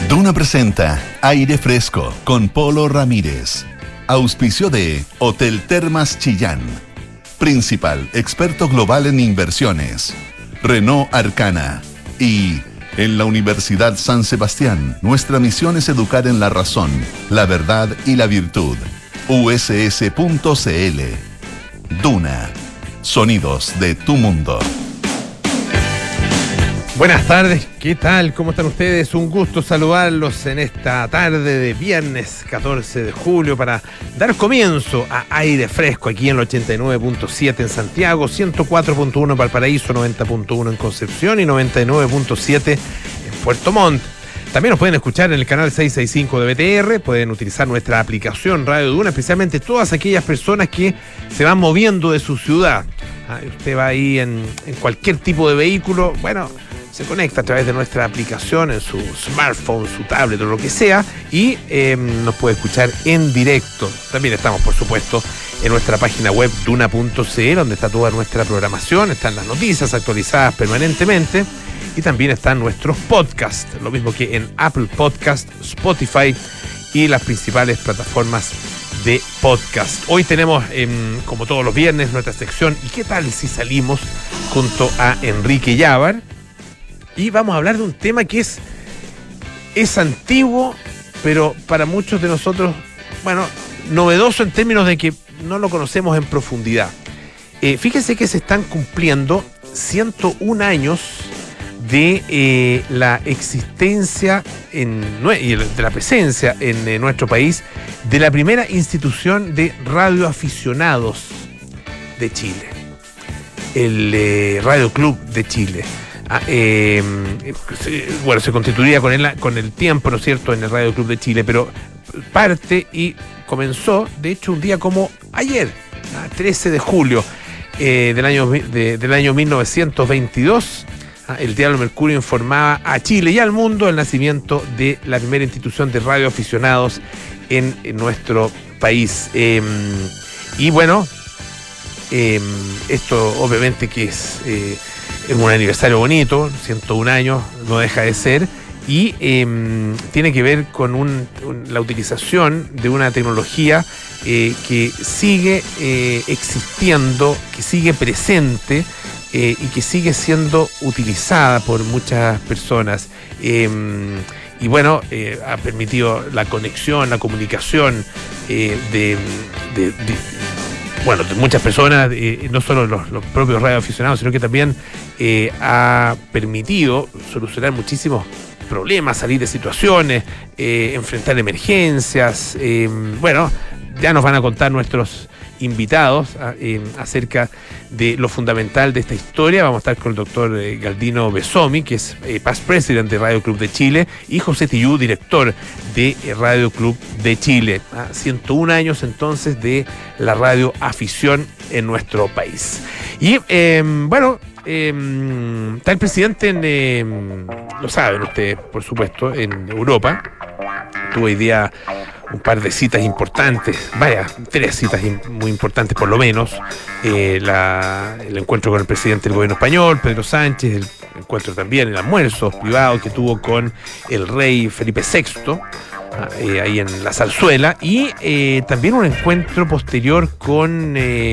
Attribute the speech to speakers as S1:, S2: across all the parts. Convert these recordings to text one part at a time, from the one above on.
S1: Duna presenta Aire Fresco con Polo Ramírez. Auspicio de Hotel Termas Chillán. Principal, experto global en inversiones. Renault Arcana. Y en la Universidad San Sebastián, nuestra misión es educar en la razón, la verdad y la virtud. uss.cl. Duna. Sonidos de tu mundo.
S2: Buenas tardes, ¿qué tal? ¿Cómo están ustedes? Un gusto saludarlos en esta tarde de viernes 14 de julio para dar comienzo a Aire Fresco aquí en el 89.7 en Santiago, 104.1 en Valparaíso, 90.1 en Concepción y 99.7 en Puerto Montt. También nos pueden escuchar en el canal 665 de BTR, pueden utilizar nuestra aplicación Radio Duna, especialmente todas aquellas personas que se van moviendo de su ciudad. Usted va ahí en cualquier tipo de vehículo, bueno, se conecta a través de nuestra aplicación en su smartphone, su tablet o lo que sea y nos puede escuchar en directo. También estamos, por supuesto, en nuestra página web duna.cl, donde está toda nuestra programación, están las noticias actualizadas permanentemente y también están nuestros podcasts, lo mismo que en Apple Podcast, Spotify y las principales plataformas de podcast. Hoy tenemos, como todos los viernes, nuestra sección ¿Y qué tal si salimos? Junto a Enrique Llávar. Y vamos a hablar de un tema que es antiguo, pero para muchos de nosotros, bueno, novedoso en términos de que no lo conocemos en profundidad. Fíjense que se están cumpliendo 101 años de la existencia y de la presencia en nuestro país de la primera institución de radioaficionados de Chile, el Radio Club de Chile. Bueno, se constituiría con el tiempo, ¿no es cierto?, en el Radio Club de Chile, pero parte y comenzó, de hecho, un día como ayer, 13 de julio del año 1922. El diario Mercurio informaba a Chile y al mundo el nacimiento de la primera institución de radioaficionados en nuestro país. Y bueno, esto obviamente que es un aniversario bonito, 101 años, no deja de ser, y tiene que ver con la utilización de una tecnología que sigue existiendo, que sigue presente y que sigue siendo utilizada por muchas personas. Y bueno, ha permitido la conexión, la comunicación de muchas personas, no solo los propios radioaficionados, sino que también ha permitido solucionar muchísimos problemas, salir de situaciones, enfrentar emergencias. Bueno, ya nos van a contar nuestros invitados acerca de lo fundamental de esta historia. Vamos a estar con el doctor Galdino Besomi, que es past president de Radio Club de Chile, y José Tillú, director de Radio Club de Chile. 101 años entonces de la radioafición en nuestro país. Y bueno, está el presidente lo saben ustedes, por supuesto, en Europa. Tuvo hoy día un par de citas importantes, 3 citas muy importantes por lo menos. El encuentro con el presidente del gobierno español, Pedro Sánchez, el encuentro también, el almuerzo privado que tuvo con el rey Felipe VI, ahí en la Zarzuela, y también un encuentro posterior con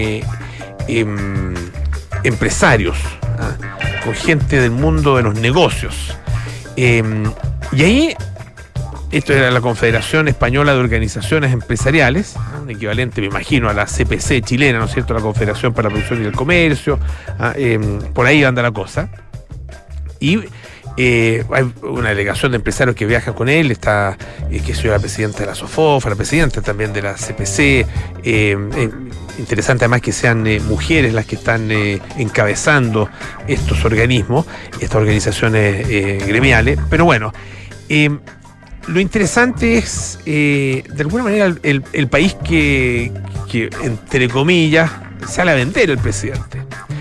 S2: empresarios, con gente del mundo de los negocios. Y ahí, esto era la Confederación Española de Organizaciones Empresariales, un equivalente, me imagino, a la CPC chilena, ¿no es cierto?, la Confederación para la Producción y el Comercio. Por ahí anda la cosa. Y hay una delegación de empresarios que viaja con él, está que soy la presidenta de la SOFOFA, la presidenta también de la CPC. Interesante además que sean mujeres las que están encabezando estos organismos, estas organizaciones gremiales. Pero bueno, lo interesante es, de alguna manera, el país que, entre comillas, sale a vender el presidente.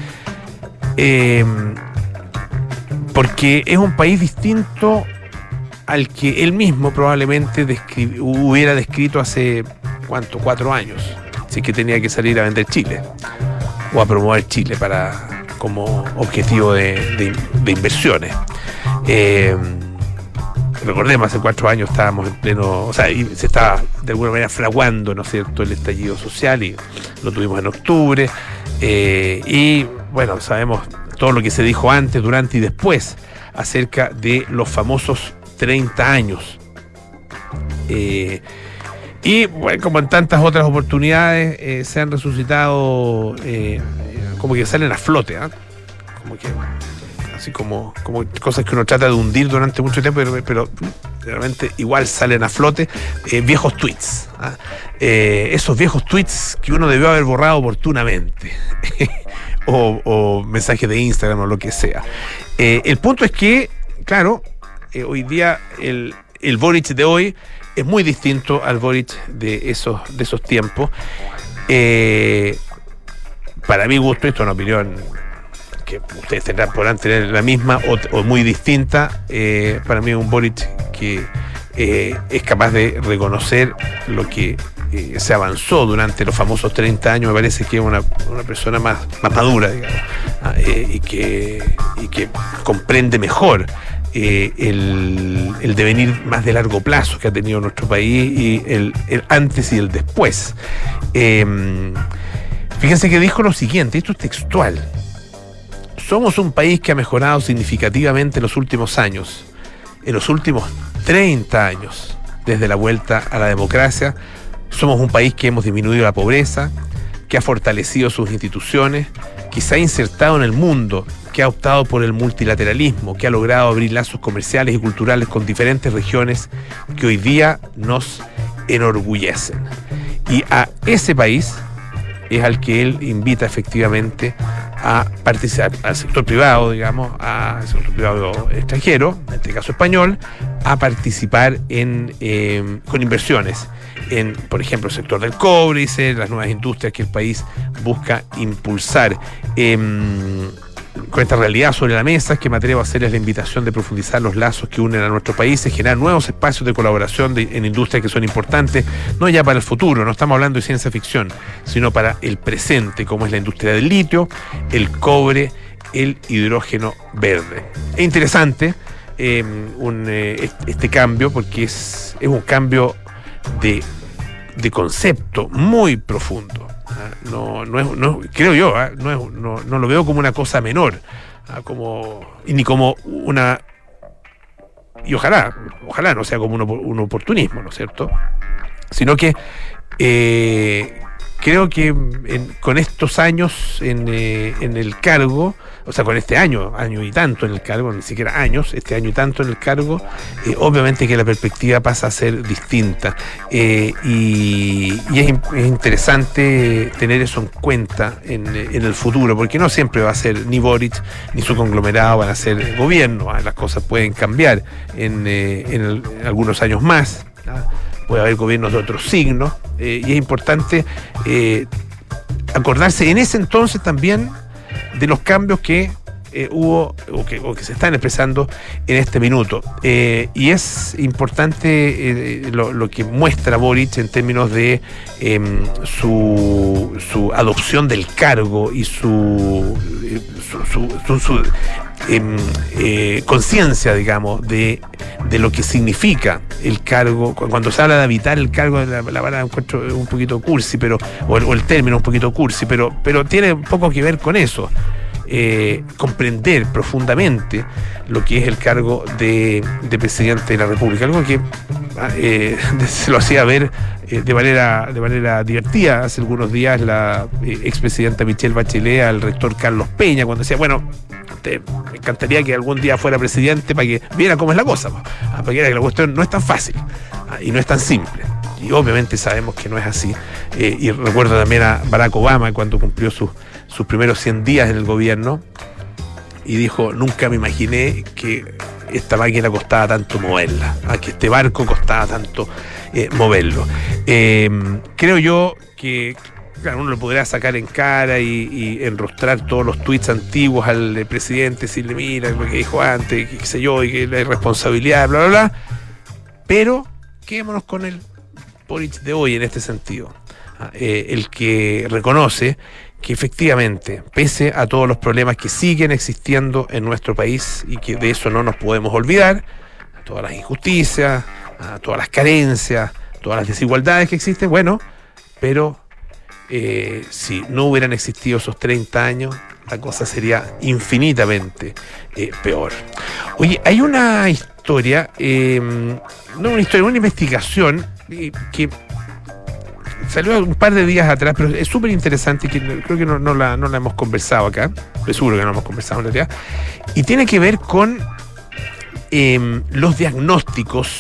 S2: Porque es un país distinto al que él mismo probablemente hubiera descrito hace, 4 años, si es que tenía que salir a vender Chile, o a promover Chile como objetivo de inversiones. recordemos, hace 4 años estábamos en pleno, o sea, y se estaba de alguna manera fraguando, ¿no es cierto?, el estallido social, y lo tuvimos en octubre, y bueno, sabemos todo lo que se dijo antes, durante y después acerca de los famosos 30 años. Y bueno, como en tantas otras oportunidades, se han resucitado, como que salen a flote, ¿eh? Como que así como cosas que uno trata de hundir durante mucho tiempo, pero realmente igual salen a flote, viejos tweets, ¿eh? Esos viejos tweets que uno debió haber borrado oportunamente o mensajes de Instagram o lo que sea. El punto es que, claro, hoy día el Boric de hoy es muy distinto al Boric de esos tiempos. Para mi gusto, esto es una opinión que ustedes podrán tener la misma o muy distinta. Para mí es un Boric que es capaz de reconocer lo que se avanzó durante los famosos 30 años. Me parece que es una persona más madura, digamos, y que comprende mejor el devenir más de largo plazo que ha tenido nuestro país, y el antes y el después. Fíjense que dijo lo siguiente, esto es textual: somos un país que ha mejorado significativamente en los últimos años, en los últimos 30 años, desde la vuelta a la democracia. Somos un país que hemos disminuido la pobreza, que ha fortalecido sus instituciones, que se ha insertado en el mundo, que ha optado por el multilateralismo, que ha logrado abrir lazos comerciales y culturales con diferentes regiones que hoy día nos enorgullecen. Y a ese país es al que él invita efectivamente a participar, al sector privado, digamos, al sector privado extranjero, en este caso español, a participar con inversiones en, por ejemplo, el sector del cobre, dice, las nuevas industrias que el país busca impulsar. Con esta realidad sobre la mesa, que me atrevo a hacerles la invitación de profundizar los lazos que unen a nuestros países, generar nuevos espacios de colaboración en industrias que son importantes, no ya para el futuro, no estamos hablando de ciencia ficción, sino para el presente, como es la industria del litio, el cobre, el hidrógeno verde. Es interesante este cambio, porque es un cambio de concepto muy profundo. No creo yo, no lo veo como una cosa menor, ni como una, y ojalá no sea como un oportunismo, ¿no es cierto? Sino que creo que con estos años en el cargo, o sea, con este año y tanto en el cargo, ni siquiera años, este año y tanto en el cargo, obviamente que la perspectiva pasa a ser distinta. Y es interesante tener eso en cuenta en el futuro, porque no siempre va a ser ni Boric ni su conglomerado van a ser gobierno. Las cosas pueden cambiar en algunos años más. Puede haber gobiernos de otros signos, y es importante acordarse en ese entonces también de los cambios que hubo o que se están expresando en este minuto. Y es importante lo que muestra Boric en términos de su adopción del cargo y su conciencia, digamos, de lo que significa el cargo. Cuando se habla de habitar el cargo, la palabra encuentro un poquito cursi, o el término un poquito cursi, pero tiene un poco que ver con eso. Comprender profundamente lo que es el cargo de presidente de la República, algo que se lo hacía ver de manera divertida hace algunos días la expresidenta Michelle Bachelet al rector Carlos Peña, cuando decía, bueno, me encantaría que algún día fuera presidente para que viera cómo es la cosa, para que viera que la cuestión no es tan fácil y no es tan simple. Y obviamente sabemos que no es así. Y recuerdo también a Barack Obama cuando cumplió sus primeros 100 días en el gobierno y dijo, nunca me imaginé que esta máquina costaba tanto moverla, que este barco costaba tanto moverlo. Creo yo que, claro, uno lo podrá sacar en cara y enrostrar todos los tweets antiguos al presidente, decirle, mira lo que dijo antes, qué sé yo, y que la irresponsabilidad, bla, bla, bla, pero quedémonos con el Boric de hoy en este sentido. El que reconoce que efectivamente, pese a todos los problemas que siguen existiendo en nuestro país y que de eso no nos podemos olvidar, todas las injusticias, todas las carencias, todas las desigualdades que existen, bueno, pero si no hubieran existido esos 30 años, la cosa sería infinitamente peor. Oye, hay una historia, una investigación que salió un par de días atrás, pero es súper interesante, que creo que no la hemos conversado acá, estoy seguro que no la hemos conversado en realidad, y tiene que ver con los diagnósticos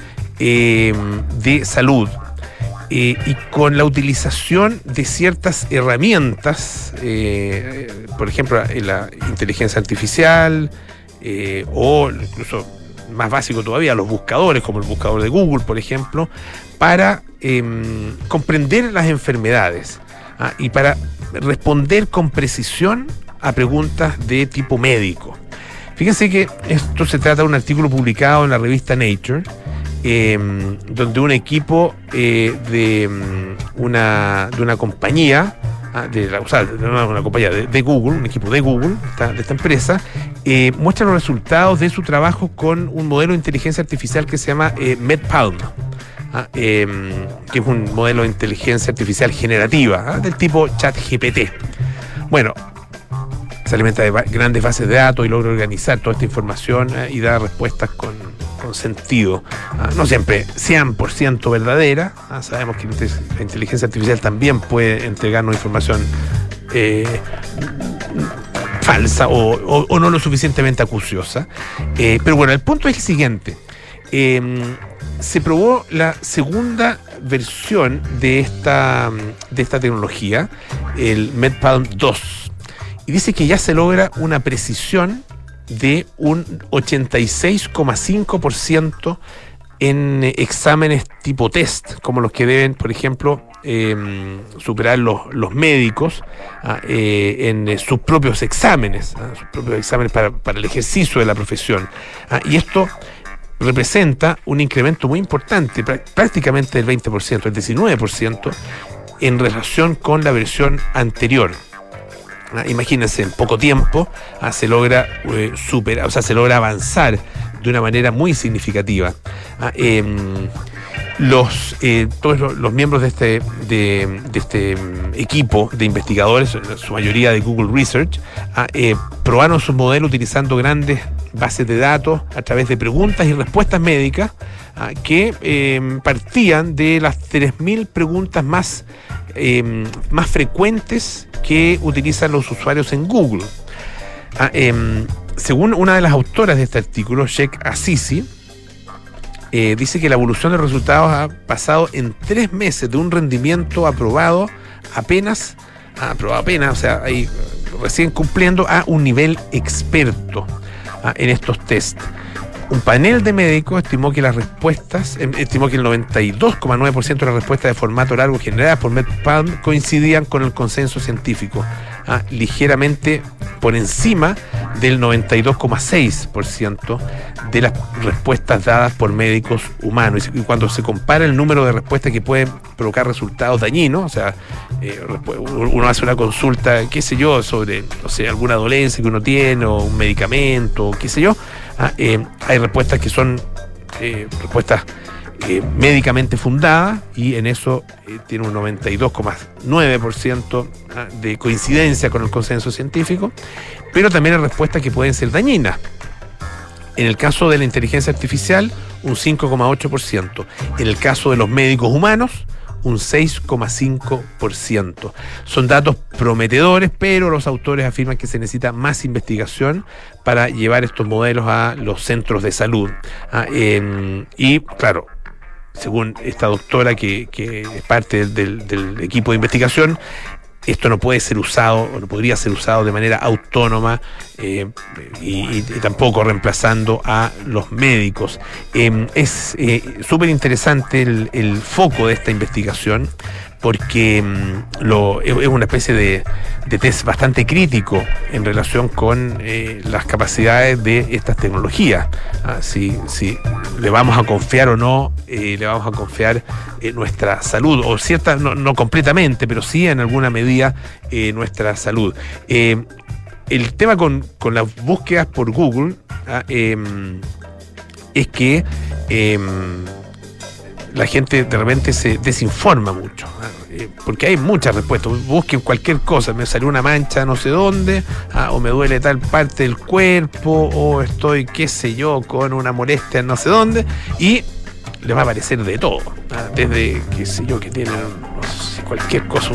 S2: de salud y con la utilización de ciertas herramientas, por ejemplo, la inteligencia artificial, o incluso más básico todavía, los buscadores, como el buscador de Google, por ejemplo, para comprender las enfermedades y para responder con precisión a preguntas de tipo médico. Fíjense que esto se trata de un artículo publicado en la revista Nature, donde un equipo de una compañía, una compañía de Google, un equipo de Google, de esta empresa, muestra los resultados de su trabajo con un modelo de inteligencia artificial que se llama MedPalm, que es un modelo de inteligencia artificial generativa, del tipo ChatGPT. Bueno, se alimenta de grandes bases de datos y logra organizar toda esta información y dar respuestas con sentido. No siempre 100% verdadera. Sabemos que la inteligencia artificial también puede entregarnos información falsa o no lo suficientemente acuciosa. Pero bueno, el punto es el siguiente. Se probó la segunda versión de esta tecnología, el MedPalm 2. Y dice que ya se logra una precisión de un 86,5% en exámenes tipo test, como los que deben, por ejemplo, superar los médicos en sus propios exámenes, para el ejercicio de la profesión. Y esto representa un incremento muy importante, prácticamente del 20%, el 19%, en relación con la versión anterior. Imagínense, en poco tiempo se logra superar, se logra avanzar de una manera muy significativa. Todos los miembros de este equipo de investigadores, en su mayoría de Google Research, probaron su modelo utilizando grandes bases de datos a través de preguntas y respuestas médicas que partían de las 3.000 preguntas más frecuentes que utilizan los usuarios en Google. Según una de las autoras de este artículo, Sheikh Azizi, dice que la evolución de los resultados ha pasado en 3 meses de un rendimiento aprobado apenas, o sea, ahí recién cumpliendo, a un nivel experto en estos test. Un panel de médicos estimó que el 92,9% de las respuestas de formato largo generadas por MedPalm coincidían con el consenso científico, ligeramente por encima del 92,6% de las respuestas dadas por médicos humanos. Y cuando se compara el número de respuestas que pueden provocar resultados dañinos, o sea, uno hace una consulta, qué sé yo, sobre, no sé, alguna dolencia que uno tiene o un medicamento, qué sé yo, hay respuestas que son respuestas médicamente fundadas, y en eso tiene un 92,9% de coincidencia con el consenso científico, pero también hay respuestas que pueden ser dañinas. En el caso de la inteligencia artificial, un 5,8%. En el caso de los médicos humanos, un 6,5%. Son datos prometedores, pero los autores afirman que se necesita más investigación para llevar estos modelos a los centros de salud. Y claro, según esta doctora que es parte del equipo de investigación, esto no puede ser usado, o no podría ser usado de manera autónoma y tampoco reemplazando a los médicos. Es súper interesante el foco de esta investigación, porque es una especie de test bastante crítico en relación con las capacidades de estas tecnologías. Si le vamos a confiar o no, le vamos a confiar nuestra salud, o cierta, no completamente, pero sí en alguna medida nuestra salud. El tema con las búsquedas por Google es que la gente de repente se desinforma mucho, porque hay muchas respuestas. Busquen cualquier cosa, me salió una mancha no sé dónde, o me duele tal parte del cuerpo, o estoy, qué sé yo, con una molestia no sé dónde, y le va a aparecer de todo, desde, qué sé yo, que tienen, no sé, cualquier cosa,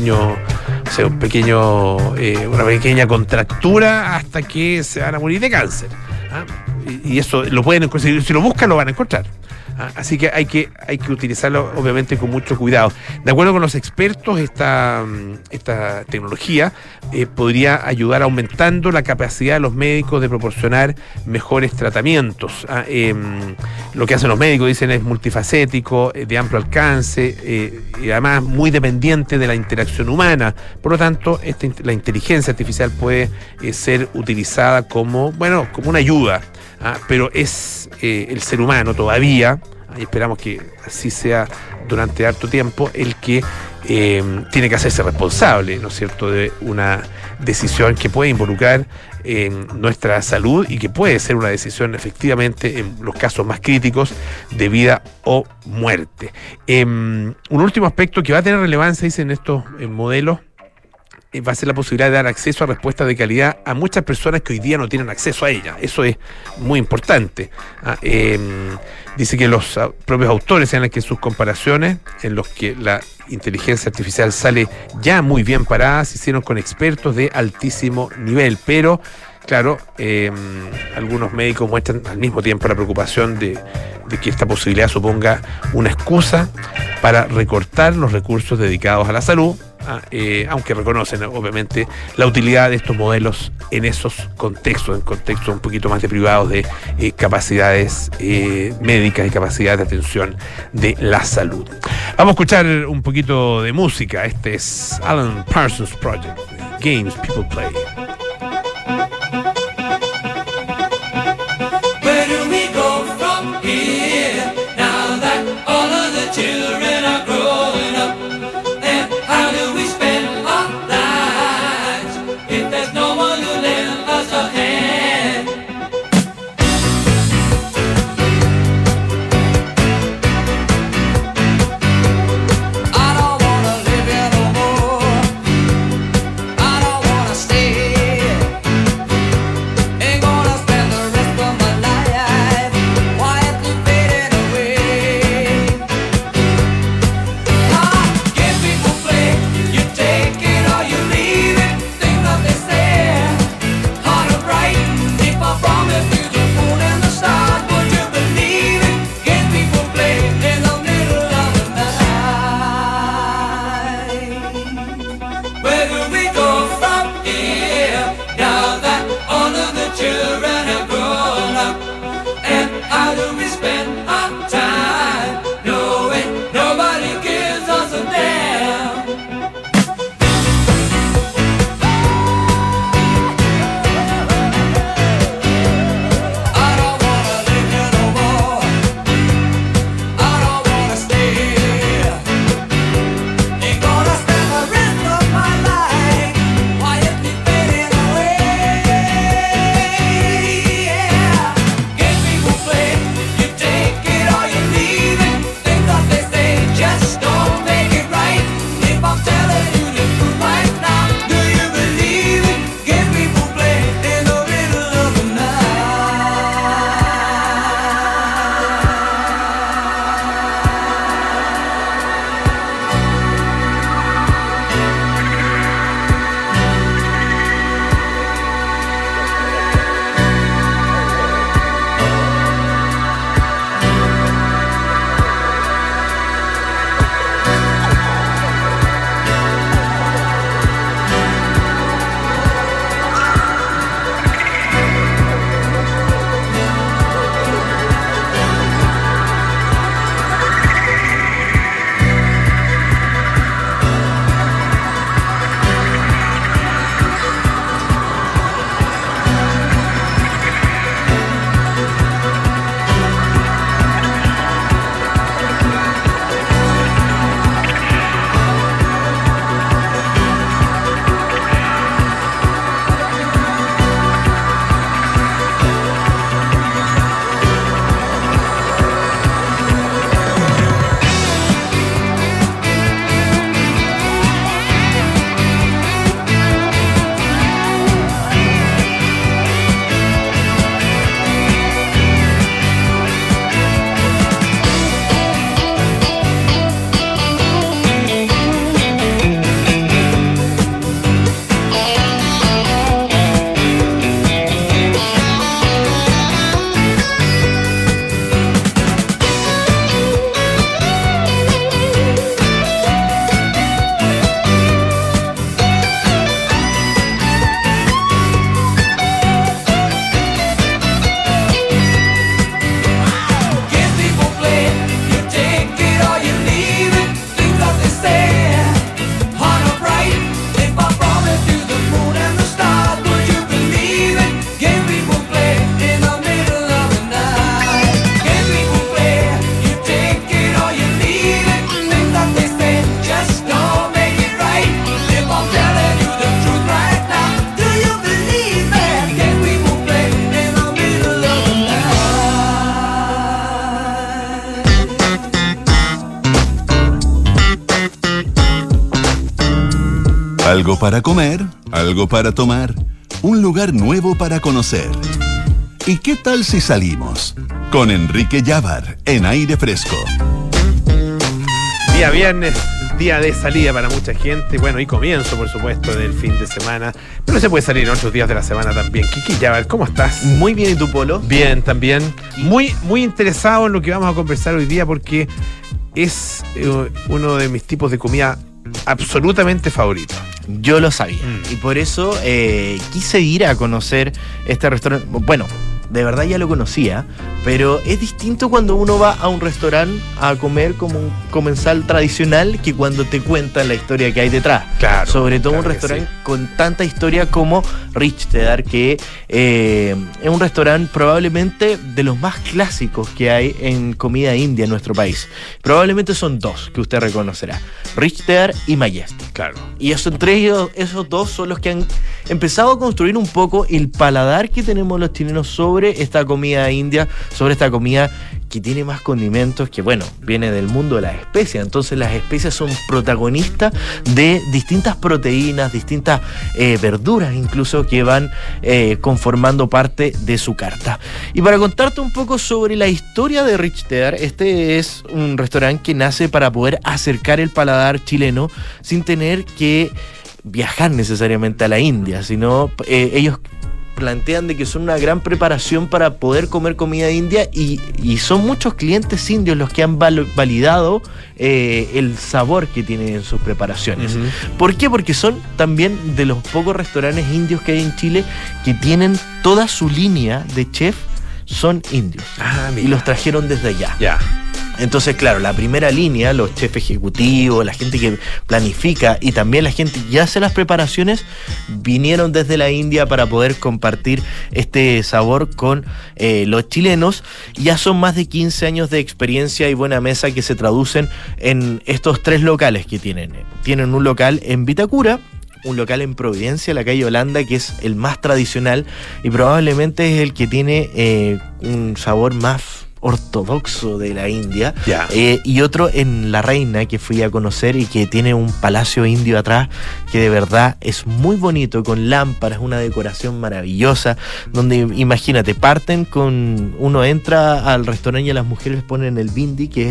S2: una pequeña contractura, hasta que se van a morir de cáncer. Y eso lo pueden conseguir, si lo buscan lo van a encontrar. Así que hay que utilizarlo obviamente con mucho cuidado. De acuerdo con los expertos, esta tecnología podría ayudar aumentando la capacidad de los médicos de proporcionar mejores tratamientos. Lo que hacen los médicos, dicen, es multifacético, de amplio alcance, y además muy dependiente de la interacción humana. Por lo tanto, la inteligencia artificial puede ser utilizada como una ayuda. Pero es el ser humano todavía, y esperamos que así sea durante harto tiempo, el que tiene que hacerse responsable, ¿no es cierto?, de una decisión que puede involucrar nuestra salud y que puede ser una decisión efectivamente en los casos más críticos de vida o muerte. Un último aspecto que va a tener relevancia, dicen estos modelos, va a ser la posibilidad de dar acceso a respuestas de calidad a muchas personas que hoy día no tienen acceso a ellas. Eso es muy importante. Dice que los propios autores señalan que sus comparaciones, en los que la inteligencia artificial sale ya muy bien parada, se hicieron con expertos de altísimo nivel, pero claro, algunos médicos muestran al mismo tiempo la preocupación de que esta posibilidad suponga una excusa para recortar los recursos dedicados a la salud, aunque reconocen obviamente la utilidad de estos modelos en esos contextos, en contextos un poquito más privados de capacidades médicas y capacidades de atención de la salud. Vamos a escuchar un poquito de música. Este es Alan Parsons Project, Games People Play.
S3: Children are growing up, and how do we spend our lives if there's no one to lend us a hand? I don't wanna live here no more. I don't wanna stay
S1: Algo para comer, algo para tomar, un lugar nuevo para conocer. ¿Y qué tal si salimos? Con Enrique Llávar en Aire Fresco.
S2: Día viernes, día de salida para mucha gente, bueno, y comienzo, por supuesto, del fin de semana, pero se puede salir en otros días de la semana también. Kiki Llávar, ¿cómo estás?
S4: Muy bien, ¿y tú, Polo?
S2: Bien, también. Muy interesado en lo que vamos a conversar hoy día porque es uno de mis tipos de comida absolutamente favoritos.
S4: Yo lo sabía. Y por eso quise ir a conocer este restaurante. Bueno, de verdad ya lo conocía, pero es distinto cuando uno va a un restaurante a comer como un comensal tradicional que cuando te cuentan la historia que hay detrás.
S2: Claro,
S4: sobre todo
S2: claro
S4: un restaurante
S2: sí,
S4: con tanta historia como Richtedar, que es un restaurante probablemente de los más clásicos que hay en comida india en nuestro país. Probablemente son dos que usted reconocerá: Richtedar y Majestic.
S2: Claro.
S4: Y eso, entre ellos, esos dos son los que han empezado a construir un poco el paladar que tenemos los chilenos sobre esta comida india, sobre esta comida que tiene más condimentos, que bueno, viene del mundo de las especias. Entonces las especias son protagonistas de distintas proteínas, distintas verduras incluso, que van conformando parte de su carta. Y para contarte un poco sobre la historia de Richtedar, este es un restaurante que nace para poder acercar el paladar chileno sin tener que viajar necesariamente a la India, sino ellos plantean de que son una gran preparación para poder comer comida india y son muchos clientes indios los que han validado el sabor que tienen en sus preparaciones.
S2: Uh-huh.
S4: ¿Por qué? Porque son también de los pocos restaurantes indios que hay en Chile que tienen toda su línea de chef son indios. Y los trajeron desde allá.
S2: Ya.
S4: Entonces, claro, la primera línea, los chefs ejecutivos, la gente que planifica y también la gente que hace las preparaciones, vinieron desde la India para poder compartir este sabor con los chilenos. Ya son más de 15 años de experiencia y buena mesa que se traducen en estos 3 locales que tienen. Tienen un local en Vitacura, un local en Providencia, la calle Holanda, que es el más tradicional y probablemente es el que tiene un sabor más ortodoxo de la India.
S2: Yeah.
S4: Y otro en La Reina, que fui a conocer y que tiene un palacio indio atrás que de verdad es muy bonito, con lámparas, una decoración maravillosa, donde imagínate, parten con, uno entra al restaurante y las mujeres ponen el bindi, que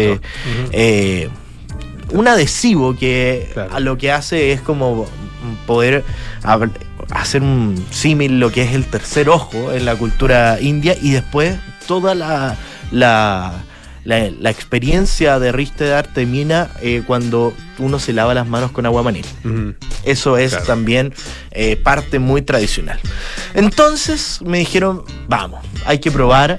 S4: es un adhesivo que
S2: claro,
S4: a lo que hace es como poder hacer un símil lo que es el tercer ojo en la cultura india, y después toda la experiencia de Richtedar termina cuando uno se lava las manos con agua manil.
S2: Uh-huh.
S4: Eso es
S2: claro,
S4: también parte muy tradicional. Entonces me dijeron, vamos, hay que probar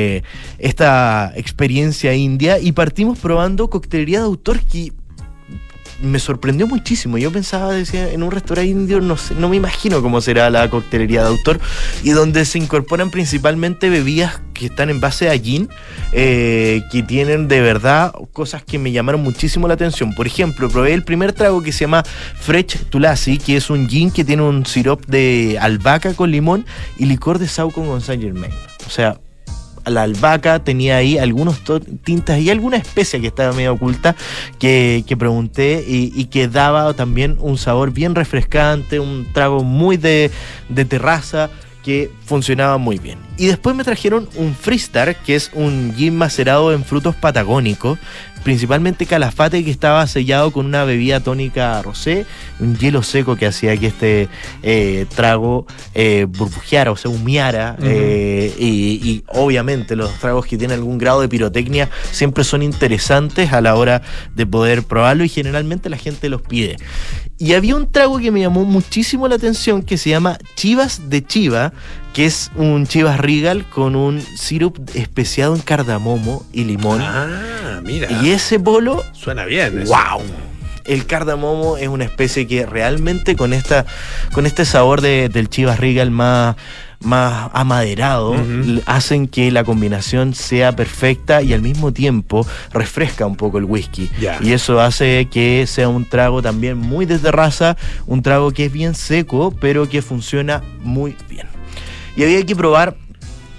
S4: esta experiencia india, y partimos probando coctelería de autor que me sorprendió muchísimo. Yo pensaba, decía, en un restaurante indio no me imagino cómo será la coctelería de autor, y donde se incorporan principalmente bebidas que están en base a gin, que tienen de verdad cosas que me llamaron muchísimo la atención. Por ejemplo, probé el primer trago que se llama Fresh Tulasi, que es un gin que tiene un sirope de albahaca con limón y licor de sauco con Saint Germain. O sea, la albahaca tenía ahí algunos tintas y alguna especia que estaba medio oculta, que pregunté y que daba también un sabor bien refrescante, un trago muy de terraza que funcionaba muy bien. Y después me trajeron un Freestar, que es un gin macerado en frutos patagónicos, principalmente Calafate, que estaba sellado con una bebida tónica rosé, un hielo seco que hacía que este trago burbujeara, o sea, humeara. Uh-huh. Y obviamente los tragos que tienen algún grado de pirotecnia siempre son interesantes a la hora de poder probarlo, y generalmente la gente los pide. Y había un trago que me llamó muchísimo la atención, que se llama Chivas de Chiva, que es un Chivas Regal con un sirope especiado en cardamomo y limón.
S2: Ah, mira.
S4: Y ese bolo
S2: suena bien. Eso.
S4: ¡Wow! El cardamomo es una especie que realmente con este sabor del Chivas Regal más amaderado, uh-huh, hacen que la combinación sea perfecta y al mismo tiempo refresca un poco el whisky.
S2: Yeah.
S4: Y eso hace que sea un trago también muy de terraza, un trago que es bien seco, pero que funciona muy bien. Y había que probar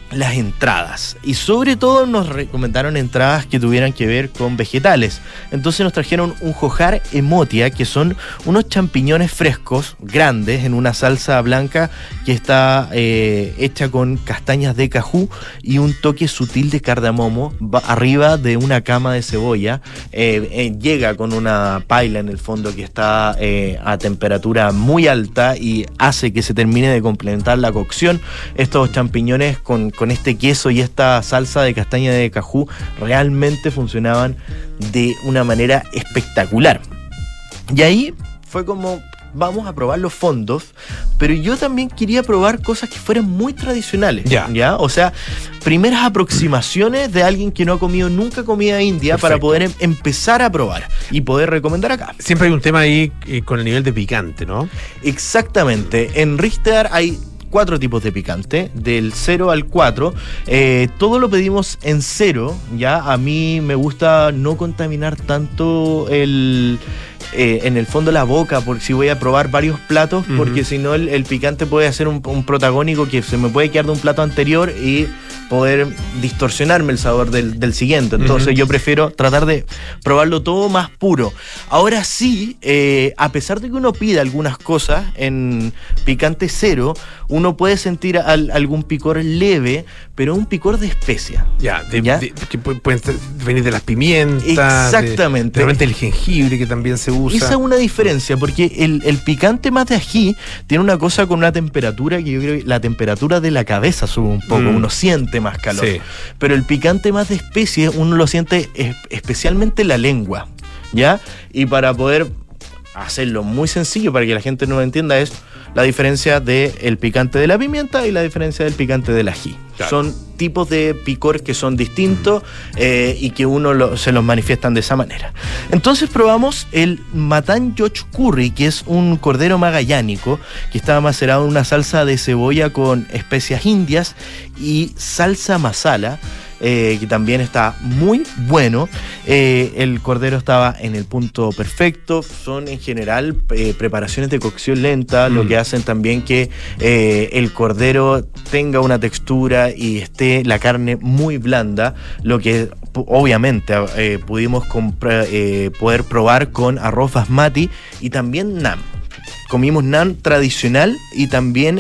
S4: las entradas, y sobre todo nos recomendaron entradas que tuvieran que ver con vegetales. Entonces nos trajeron un hojar emotia, que son unos champiñones frescos grandes en una salsa blanca que está hecha con castañas de cajú y un toque sutil de cardamomo arriba de una cama de cebolla. Llega con una paila en el fondo que está a temperatura muy alta y hace que se termine de complementar la cocción. Estos champiñones con este queso y esta salsa de castaña de cajú realmente funcionaban de una manera espectacular. Y ahí fue como, vamos a probar los fondos, pero yo también quería probar cosas que fueran muy tradicionales. ¿Ya? O sea, primeras aproximaciones de alguien que no ha comido nunca comida india. Perfecto. Para poder empezar a probar y poder recomendar acá.
S2: Siempre hay un tema ahí con el nivel de picante, ¿no?
S4: Exactamente. En Richter hay 4 tipos de picante, del 0 al 4. Todo lo pedimos en 0, ¿ya? A mí me gusta no contaminar tanto en el fondo la boca, porque si voy a probar varios platos, porque si no el picante puede hacer un protagónico que se me puede quedar de un plato anterior y poder distorsionarme el sabor del siguiente. Entonces yo prefiero tratar de probarlo todo más puro. Ahora sí, a pesar de que uno pida algunas cosas en picante 0, uno puede sentir algún picor leve, pero un picor de especia.
S2: Que pueden venir de las pimientas.
S4: Exactamente.
S2: De repente el jengibre, que también se usa.
S4: Esa es una diferencia, porque el picante más de ají tiene una cosa con una temperatura que yo creo que la temperatura de la cabeza sube un poco, uno siente más calor. Sí. Pero el picante más de especie uno lo siente especialmente en la lengua, ¿ya? Y para poder hacerlo muy sencillo, para que la gente no lo entienda, es la diferencia del picante de la pimienta y la diferencia del picante del ají. Claro. Son tipos de picor que son distintos y que uno se los manifiestan de esa manera. Entonces probamos el Matan Yoch Curry, que es un cordero magallánico que estaba macerado en una salsa de cebolla con especias indias y salsa masala. Que también está muy bueno. El cordero estaba en el punto perfecto. Son en general preparaciones de cocción lenta, lo que hacen también que el cordero tenga una textura y esté la carne muy blanda, lo que obviamente pudimos poder probar con arroz basmati y también naan. Comimos naan tradicional y también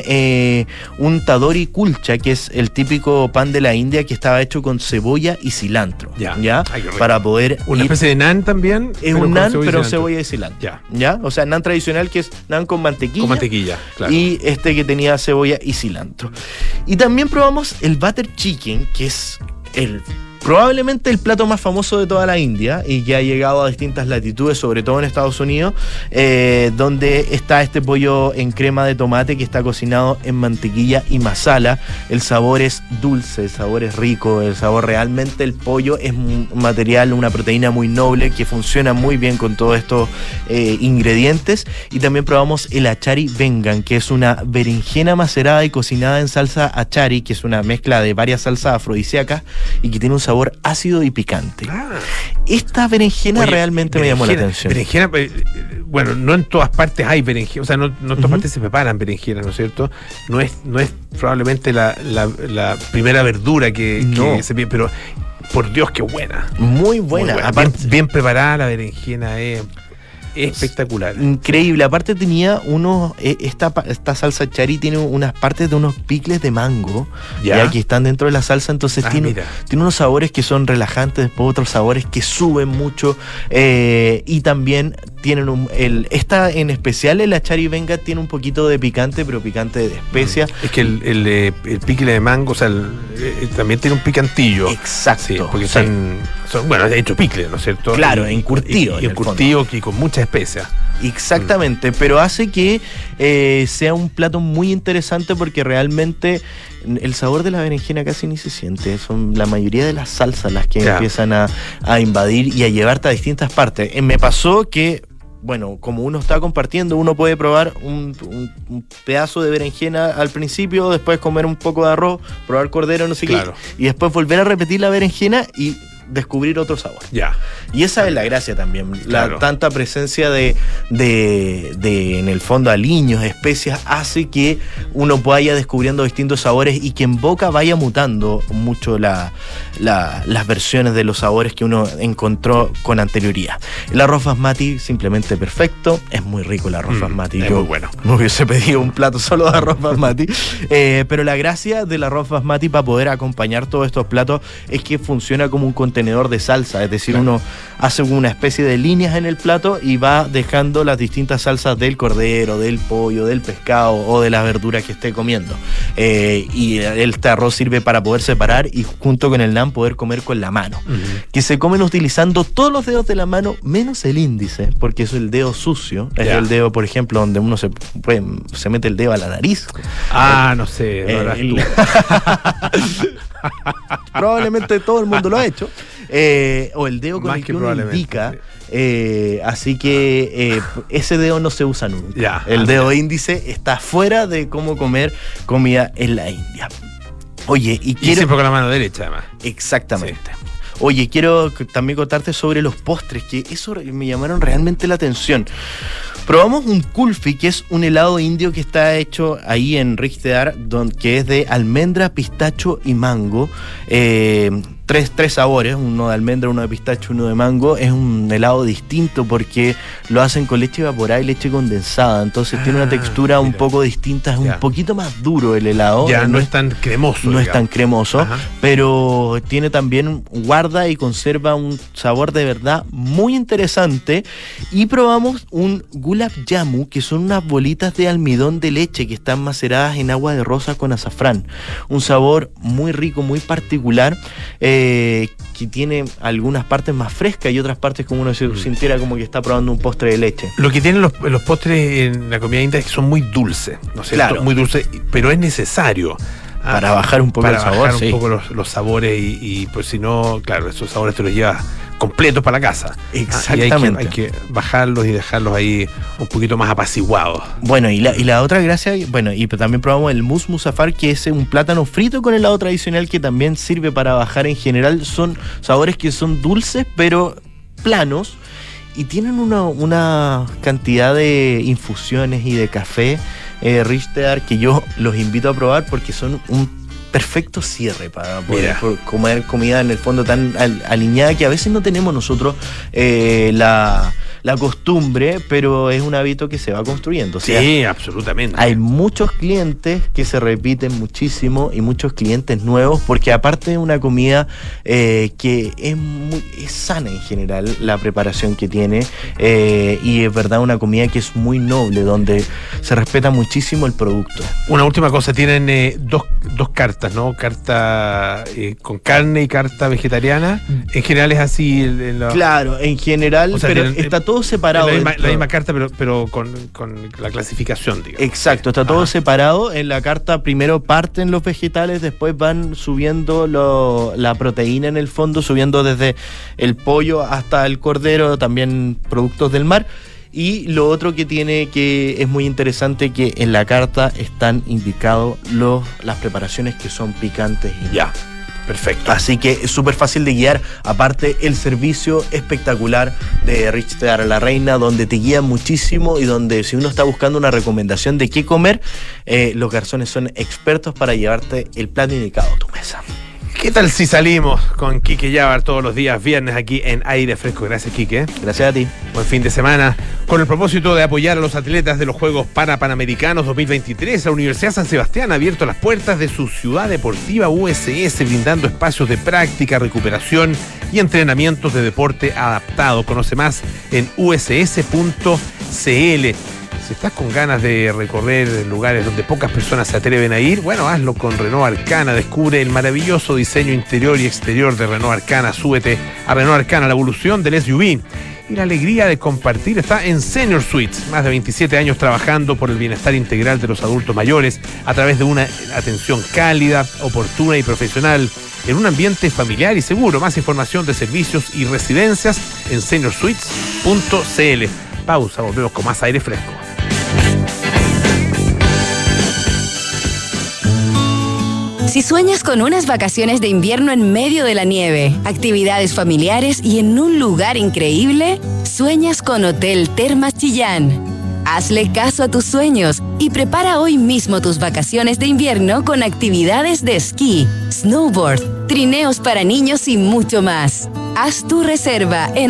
S4: un tadori kulcha, que es el típico pan de la India que estaba hecho con cebolla y cilantro. ¿Ya? Ay, para poder
S2: ¿Una especie de naan también?
S4: Es un naan, pero cebolla y cilantro. ¿Ya? O sea, naan tradicional, que es naan con mantequilla.
S2: Con mantequilla, claro.
S4: Y este que tenía cebolla y cilantro. Y también probamos el butter chicken, que es probablemente el plato más famoso de toda la India y que ha llegado a distintas latitudes, sobre todo en Estados Unidos, donde está este pollo en crema de tomate que está cocinado en mantequilla y masala. El sabor es dulce, el sabor es rico, el sabor realmente, el pollo es un material, una proteína muy noble que funciona muy bien con todos estos ingredientes. Y también probamos el achari vengan, que es una berenjena macerada y cocinada en salsa achari, que es una mezcla de varias salsas afrodisíacas y que tiene un sabor ácido y picante. Esta berenjena realmente me llamó la atención.
S2: Berenjena, bueno, no en todas partes hay berenjena, o sea, no en todas partes se preparan berenjenas, ¿no es cierto? No es probablemente la primera verdura que se pide, pero por Dios, qué buena.
S4: Muy buena.
S2: Aparte, bien preparada la berenjena es espectacular.
S4: Increíble. Aparte tenía esta salsa chari tiene unas partes de unos picles de mango ya que están dentro de la salsa, entonces tiene unos sabores que son relajantes, después otros sabores que suben mucho y también tienen esta en especial, el achari venga, tiene un poquito de picante, pero picante de especia.
S2: Es que el picle de mango, o sea, también tiene un picantillo.
S4: Exacto.
S2: Sí, porque son bueno, de hecho picle, ¿no es cierto?
S4: Claro, encurtido.
S2: Y encurtido y con mucha especia.
S4: Exactamente, pero hace que sea un plato muy interesante porque realmente el sabor de la berenjena casi ni se siente. Son la mayoría de las salsas las que empiezan a invadir y a llevarte a distintas partes. Me pasó que, bueno, como uno está compartiendo, uno puede probar un pedazo de berenjena al principio, después comer un poco de arroz, probar cordero, no sé qué, y después volver a repetir la berenjena y descubrir otro sabor.
S2: Ya.
S4: Y esa es la gracia también.
S2: Claro.
S4: La tanta presencia de en el fondo, aliños, especias, hace que uno vaya descubriendo distintos sabores y que en boca vaya mutando mucho las versiones de los sabores que uno encontró con anterioridad. El arroz basmati, simplemente perfecto. Es muy rico el arroz basmati.
S2: Es muy bueno.
S4: Me hubiese pedido un plato solo de arroz basmati. Pero la gracia del arroz basmati para poder acompañar todos estos platos es que funciona como un contenedor de salsa. Es decir, uno hace una especie de líneas en el plato y va dejando las distintas salsas del cordero, del pollo, del pescado o de las verduras que esté comiendo. Y este arroz sirve para poder separar y junto con el naan poder comer con la mano. Que se comen utilizando todos los dedos de la mano menos el índice, porque es el dedo sucio. Es el dedo, por ejemplo, donde uno se mete el dedo a la nariz.
S2: No sé.
S4: Probablemente todo el mundo lo ha hecho. O el dedo con
S2: Más
S4: el
S2: que
S4: que uno indica.
S2: sí.
S4: Así que ese dedo no se usa nunca.
S2: Ya.
S4: El dedo índice está fuera de cómo comer comida en la India. Oye, y quiero...
S2: siempre con la mano derecha, además.
S4: Exactamente. Oye, quiero también contarte sobre los postres, que eso me llamaron realmente la atención. Probamos un kulfi, que es un helado indio que está hecho ahí en Richtedar, que es de almendra, pistacho y mango. Tres sabores, uno de almendra, uno de pistacho, uno de mango. Es un helado distinto porque lo hacen con leche evaporada y leche condensada. Entonces tiene una textura un poco distinta, es un poquito más duro el helado.
S2: Ya no es tan cremoso.
S4: No es tan cremoso, pero tiene también, guarda y conserva un sabor de verdad muy interesante. Y probamos un gulab jamu, que son unas bolitas de almidón de leche que están maceradas en agua de rosa con azafrán. Un sabor muy rico, muy particular. Que tiene algunas partes más frescas y otras partes como uno se sintiera como que está probando un postre de leche.
S2: Lo que tienen los postres en la comida india es que son muy dulces, ¿no es cierto?
S4: Claro.
S2: Muy dulces, pero es necesario.
S4: Para bajar un poco el sabor,
S2: bajar un poco los sabores y pues si no, claro, esos sabores te los llevas completos para la casa.
S4: Exactamente.
S2: Y hay que bajarlos y dejarlos ahí un poquito más apaciguados.
S4: Bueno, y la otra gracia, bueno, y también probamos el mousse musafar, que es un plátano frito con helado tradicional que también sirve para bajar en general. Son sabores que son dulces, pero planos, y tienen una cantidad de infusiones y de café Richter que yo los invito a probar porque son un perfecto cierre para poder comer comida en el fondo tan alineada que a veces no tenemos nosotros la costumbre, pero es un hábito que se va construyendo. O sea,
S2: sí, absolutamente.
S4: Hay muchos clientes que se repiten muchísimo y muchos clientes nuevos porque aparte de una comida que es sana en general, la preparación que tiene y es verdad una comida que es muy noble, donde se respeta muchísimo el producto.
S2: Una última cosa, tienen dos cartas, ¿no? Carta con carne y carta vegetariana. En general es así.
S4: Claro, en general,
S2: o sea,
S4: pero
S2: tienen,
S4: está todo separado.
S2: La misma carta, pero con la clasificación, digamos.
S4: Exacto, está todo separado. En la carta primero parten los vegetales, después van subiendo la proteína en el fondo, subiendo desde el pollo hasta el cordero, también productos del mar. Y lo otro que tiene que es muy interesante, que en la carta están indicados las preparaciones que son picantes.
S2: Ya, perfecto.
S4: Así que es súper fácil de guiar. Aparte, el servicio espectacular de Richter La Reina, donde te guían muchísimo y donde si uno está buscando una recomendación de qué comer, los garzones son expertos para llevarte el plato indicado a tu mesa.
S2: ¿Qué tal si salimos con Quique Yabar todos los días viernes aquí en Aire Fresco? Gracias, Quique.
S4: Gracias a ti.
S2: Buen fin de semana. Con el propósito de apoyar a los atletas de los Juegos Panamericanos 2023, la Universidad San Sebastián ha abierto las puertas de su ciudad deportiva USS, brindando espacios de práctica, recuperación y entrenamientos de deporte adaptado. Conoce más en uss.cl. Si estás con ganas de recorrer lugares donde pocas personas se atreven a ir, bueno, hazlo con Renault Arcana. Descubre el maravilloso diseño interior y exterior de Renault Arcana. Súbete a Renault Arcana, la evolución del SUV. Y la alegría de compartir está en Senior Suites. Más de 27 años trabajando por el bienestar integral de los adultos mayores a través de una atención cálida, oportuna y profesional en un ambiente familiar y seguro. Más información de servicios y residencias en seniorsuites.cl. Pausa, volvemos con más Aire Fresco.
S5: Si sueñas con unas vacaciones de invierno en medio de la nieve, actividades familiares y en un lugar increíble, sueñas con Hotel Termas Chillán. Hazle caso a tus sueños y prepara hoy mismo tus vacaciones de invierno con actividades de esquí, snowboard, trineos para niños y mucho más. Haz tu reserva en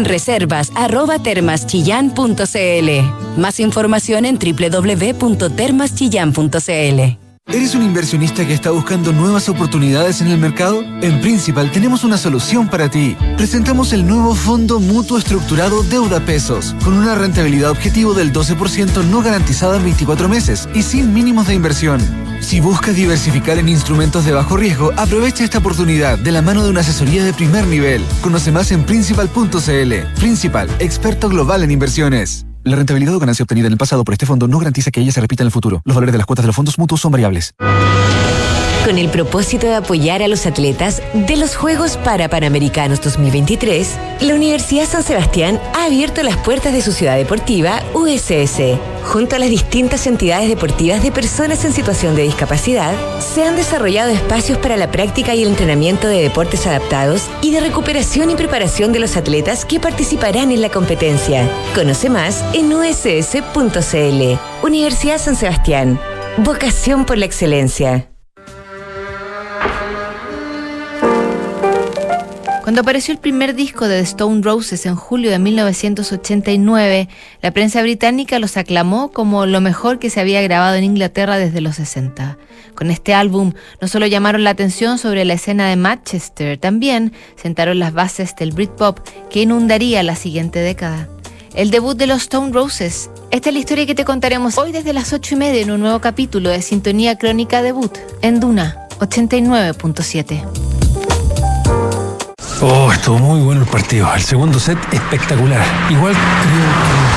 S5: reservas@termaschillan.cl. Más información en www.termaschillan.cl.
S6: ¿Eres un inversionista que está buscando nuevas oportunidades en el mercado? En Principal tenemos una solución para ti. Presentamos el nuevo Fondo Mutuo Estructurado Deuda Pesos, con una rentabilidad objetivo del 12% no garantizada en 24 meses y sin mínimos de inversión. Si buscas diversificar en instrumentos de bajo riesgo, aprovecha esta oportunidad de la mano de una asesoría de primer nivel. Conoce más en Principal.cl. Principal, experto global en inversiones. La rentabilidad o ganancia obtenida en el pasado por este fondo no garantiza que ella se repita en el futuro. Los valores de las cuotas de los fondos mutuos son variables.
S7: Con el propósito de apoyar a los atletas de los Juegos Panamericanos 2023, la Universidad San Sebastián ha abierto las puertas de su ciudad deportiva, USS. Junto a las distintas entidades deportivas de personas en situación de discapacidad, se han desarrollado espacios para la práctica y el entrenamiento de deportes adaptados y de recuperación y preparación de los atletas que participarán en la competencia. Conoce más en uss.cl. Universidad San Sebastián. Vocación por la excelencia.
S8: Cuando apareció el primer disco de The Stone Roses en julio de 1989, la prensa británica los aclamó como lo mejor que se había grabado en Inglaterra desde los 60. Con este álbum no solo llamaron la atención sobre la escena de Manchester, también sentaron las bases del Britpop que inundaría la siguiente década. El debut de los Stone Roses. Esta es la historia que te contaremos hoy desde las 8:30 en un nuevo capítulo de Sintonía Crónica Debut en Duna 89.7.
S9: Oh, estuvo muy bueno el partido. El segundo set espectacular. Igual creo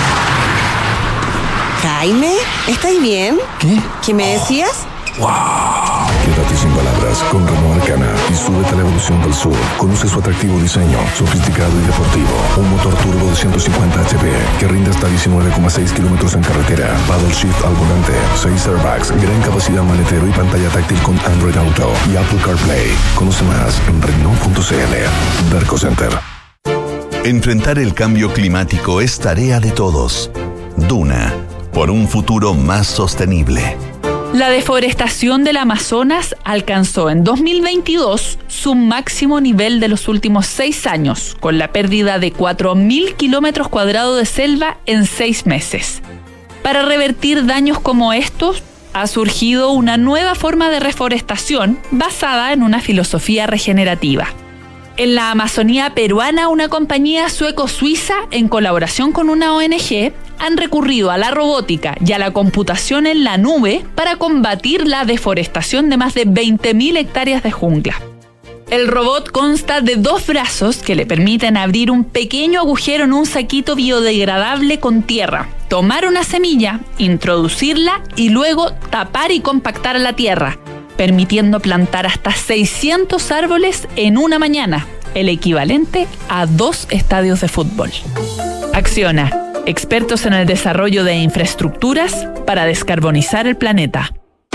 S9: que...
S10: Jaime, ¿estás bien?
S9: ¿Qué?
S10: ¿Qué me decías?
S9: ¡Wow!
S11: Quédate sin palabras con Renault Arcana y súbete a la evolución del sur. Conoce su atractivo diseño, sofisticado y deportivo. Un motor turbo de 150 HP que rinde hasta 19,6 kilómetros en carretera. Paddle shift al volante, 6 airbags, gran capacidad maletero y pantalla táctil con Android Auto y Apple CarPlay. Conoce más en Renault.cl. Derco Center.
S1: Enfrentar el cambio climático es tarea de todos. Duna, por un futuro más sostenible.
S12: La deforestación del Amazonas alcanzó en 2022 su máximo nivel de los últimos 6 años, con la pérdida de 4.000 kilómetros cuadrados de selva en 6 meses. Para revertir daños como estos, ha surgido una nueva forma de reforestación basada en una filosofía regenerativa. En la Amazonía peruana, una compañía sueco-suiza, en colaboración con una ONG, han recurrido a la robótica y a la computación en la nube para combatir la deforestación de más de 20.000 hectáreas de jungla. El robot consta de 2 brazos que le permiten abrir un pequeño agujero en un saquito biodegradable con tierra, tomar una semilla, introducirla y luego tapar y compactar la tierra, permitiendo plantar hasta 600 árboles en una mañana, el equivalente a 2 estadios de fútbol. Acciona, expertos en el desarrollo de infraestructuras para descarbonizar el planeta.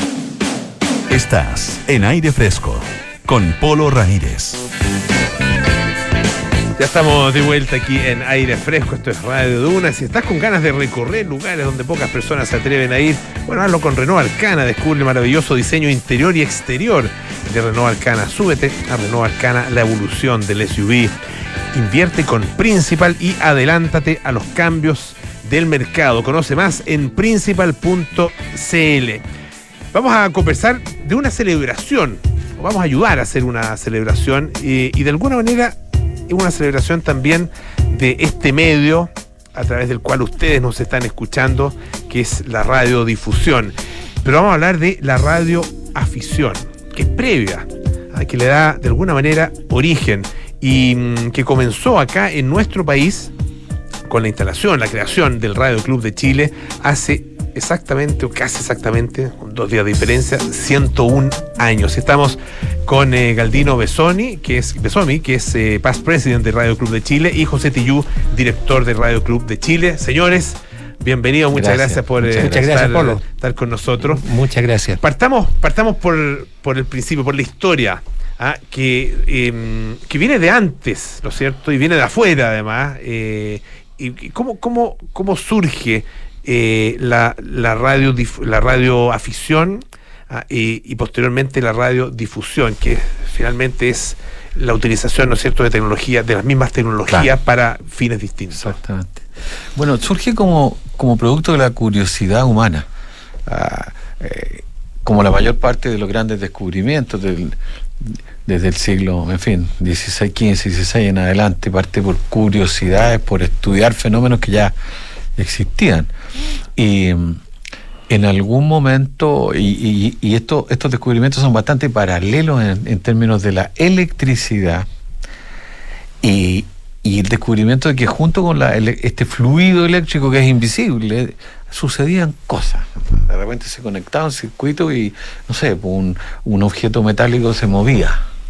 S1: Estás en Aire Fresco con Polo Ramírez.
S2: Ya estamos de vuelta aquí en Aire Fresco, esto es Radio Duna. Si estás con ganas de recorrer lugares donde pocas personas se atreven a ir, bueno, hazlo con Renault Arcana. Descubre el maravilloso diseño interior y exterior de Renault Arcana. Súbete a Renault Arcana, la evolución del SUV. Invierte con Principal y adelántate a los cambios del mercado. Conoce más en principal.cl. Vamos a conversar de una celebración, o vamos a ayudar a hacer una celebración y de alguna manera es una celebración también de este medio a través del cual ustedes nos están escuchando, que es la radiodifusión. Pero vamos a hablar de la radioafición, que es previa, que le da de alguna manera origen y que comenzó acá en nuestro país con la instalación, la creación del Radio Club de Chile hace exactamente, o casi exactamente, con 2 días de diferencia, 101 años. Estamos con Galdino Besomi, que es past president de Radio Club de Chile, y José Tillú, director de Radio Club de Chile. Señores, Bienvenido, muchas gracias por estar con nosotros.
S9: Muchas gracias.
S2: Partamos por el principio, por la historia, que viene de antes, ¿no es cierto? Y viene de afuera, además. Y cómo surge la radioafición y posteriormente la radiodifusión, que finalmente es la utilización, ¿no es cierto?, de tecnología, de las mismas tecnologías para fines distintos.
S13: Exactamente. Bueno, surge como producto de la curiosidad humana, como la mayor parte de los grandes descubrimientos desde el siglo, en fin, 16, 15, 16 en adelante, parte por curiosidades, por estudiar fenómenos que ya existían. Y en algún momento, y estos descubrimientos son bastante paralelos en términos de la electricidad y el descubrimiento de que junto con este fluido eléctrico que es invisible, sucedían cosas. De repente se conectaba un circuito y, no sé, un objeto metálico se movía.